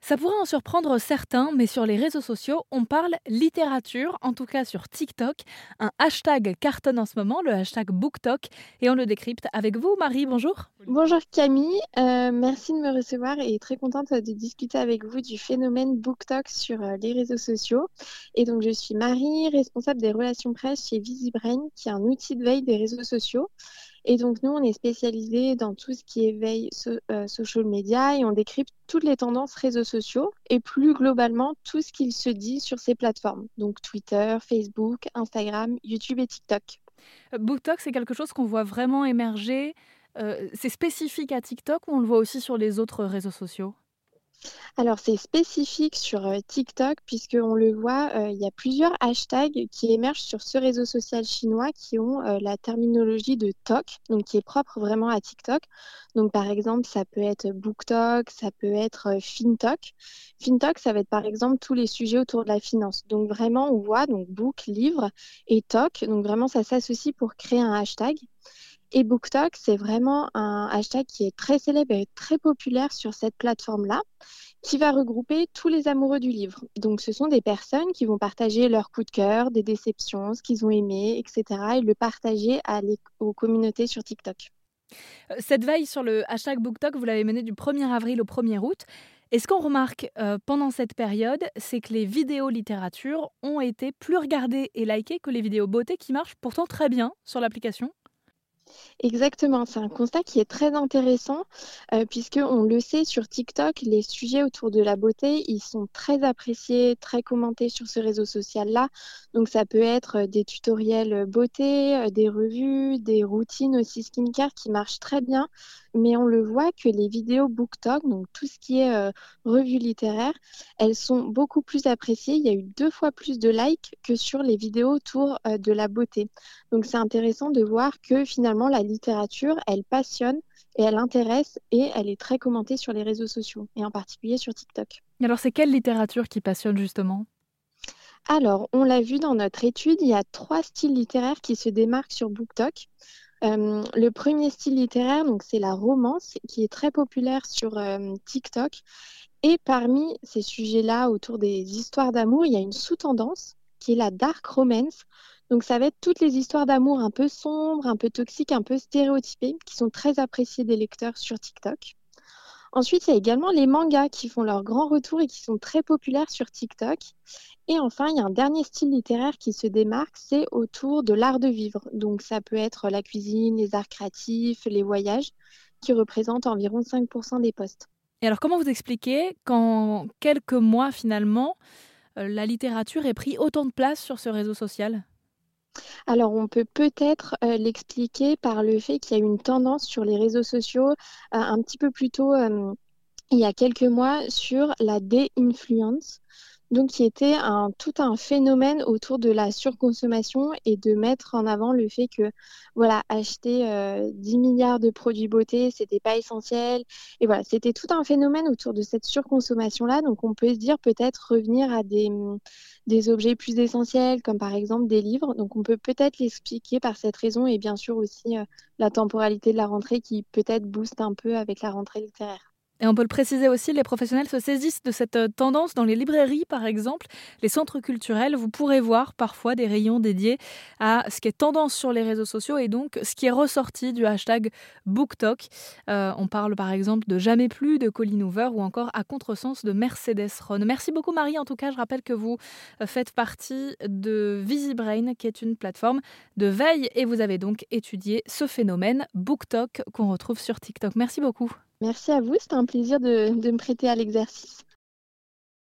Ça pourrait en surprendre certains, mais sur les réseaux sociaux, on parle littérature, en tout cas sur TikTok. Un hashtag cartonne en ce moment, le hashtag BookTok, et on le décrypte avec vous, Marie, bonjour. Bonjour Camille, merci de me recevoir et très contente de discuter avec vous du phénomène BookTok sur les réseaux sociaux. Et donc je suis Marie, responsable des relations presse chez VisiBrain, qui est un outil de veille des réseaux sociaux. Et donc nous, on est spécialisé dans tout ce qui est veille social media et on décrypte toutes les tendances réseaux sociaux et plus globalement tout ce qu'il se dit sur ces plateformes. Donc Twitter, Facebook, Instagram, YouTube et TikTok. BookTok, c'est quelque chose qu'on voit vraiment émerger. C'est spécifique à TikTok ou on le voit aussi sur les autres réseaux sociaux? Alors, c'est spécifique sur TikTok, puisqu'on le voit, il y a plusieurs hashtags qui émergent sur ce réseau social chinois qui ont la terminologie de Tok, donc qui est propre vraiment à TikTok. Donc, par exemple, ça peut être BookTok, ça peut être FinTok. FinTok, ça va être par exemple tous les sujets autour de la finance. Donc, vraiment, on voit donc Book, livre, et Tok. Donc, vraiment, ça s'associe pour créer un hashtag. Et BookTok, c'est vraiment un hashtag qui est très célèbre et très populaire sur cette plateforme-là, qui va regrouper tous les amoureux du livre. Donc, ce sont des personnes qui vont partager leurs coups de cœur, des déceptions, ce qu'ils ont aimé, etc. et le partager aux communautés sur TikTok. Cette veille sur le hashtag BookTok, vous l'avez menée du 1er avril au 1er août. Et ce qu'on remarque pendant cette période, c'est que les vidéos littérature ont été plus regardées et likées que les vidéos beauté qui marchent pourtant très bien sur l'application. Exactement, c'est un constat qui est très intéressant puisque on le sait sur TikTok, les sujets autour de la beauté, ils sont très appréciés, très commentés sur ce réseau social-là. Donc ça peut être des tutoriels beauté, des revues, des routines aussi skincare qui marchent très bien. Mais on le voit que les vidéos BookTok, donc tout ce qui est revue littéraire, elles sont beaucoup plus appréciées. Il y a eu 2 fois plus de likes que sur les vidéos autour de la beauté. Donc c'est intéressant de voir que finalement la littérature, elle passionne et elle intéresse et elle est très commentée sur les réseaux sociaux et en particulier sur TikTok. Alors c'est quelle littérature qui passionne justement? Alors, on l'a vu dans notre étude, il y a 3 styles littéraires qui se démarquent sur BookTok. Le premier style littéraire, donc c'est la romance, qui est très populaire sur TikTok. Et parmi ces sujets-là, autour des histoires d'amour, il y a une sous-tendance qui est la dark romance. Donc, ça va être toutes les histoires d'amour un peu sombres, un peu toxiques, un peu stéréotypées, qui sont très appréciées des lecteurs sur TikTok. Ensuite, il y a également les mangas qui font leur grand retour et qui sont très populaires sur TikTok. Et enfin, il y a un dernier style littéraire qui se démarque, c'est autour de l'art de vivre. Donc, ça peut être la cuisine, les arts créatifs, les voyages, qui représentent environ 5% des posts. Et alors comment vous expliquez qu'en quelques mois finalement, la littérature ait pris autant de place sur ce réseau social? Alors, on peut peut-être l'expliquer par le fait qu'il y a eu une tendance sur les réseaux sociaux un petit peu plus tôt, il y a quelques mois, sur la déinfluence. Donc, qui était tout un phénomène autour de la surconsommation et de mettre en avant le fait que, voilà, acheter 10 milliards de produits beauté, c'était pas essentiel. Et voilà, c'était tout un phénomène autour de cette surconsommation-là. Donc, on peut se dire peut-être revenir à des objets plus essentiels, comme par exemple des livres. Donc, on peut peut-être l'expliquer par cette raison et bien sûr aussi la temporalité de la rentrée qui peut-être booste un peu avec la rentrée littéraire. Et on peut le préciser aussi, les professionnels se saisissent de cette tendance dans les librairies, par exemple, les centres culturels. Vous pourrez voir parfois des rayons dédiés à ce qui est tendance sur les réseaux sociaux et donc ce qui est ressorti du hashtag BookTok. On parle par exemple de Jamais plus de Colleen Hoover ou encore À contresens de Mercedes Ron. Merci beaucoup Marie. En tout cas, je rappelle que vous faites partie de VisiBrain, qui est une plateforme de veille et vous avez donc étudié ce phénomène BookTok qu'on retrouve sur TikTok. Merci beaucoup. Merci à vous, c'était un plaisir de me prêter à l'exercice.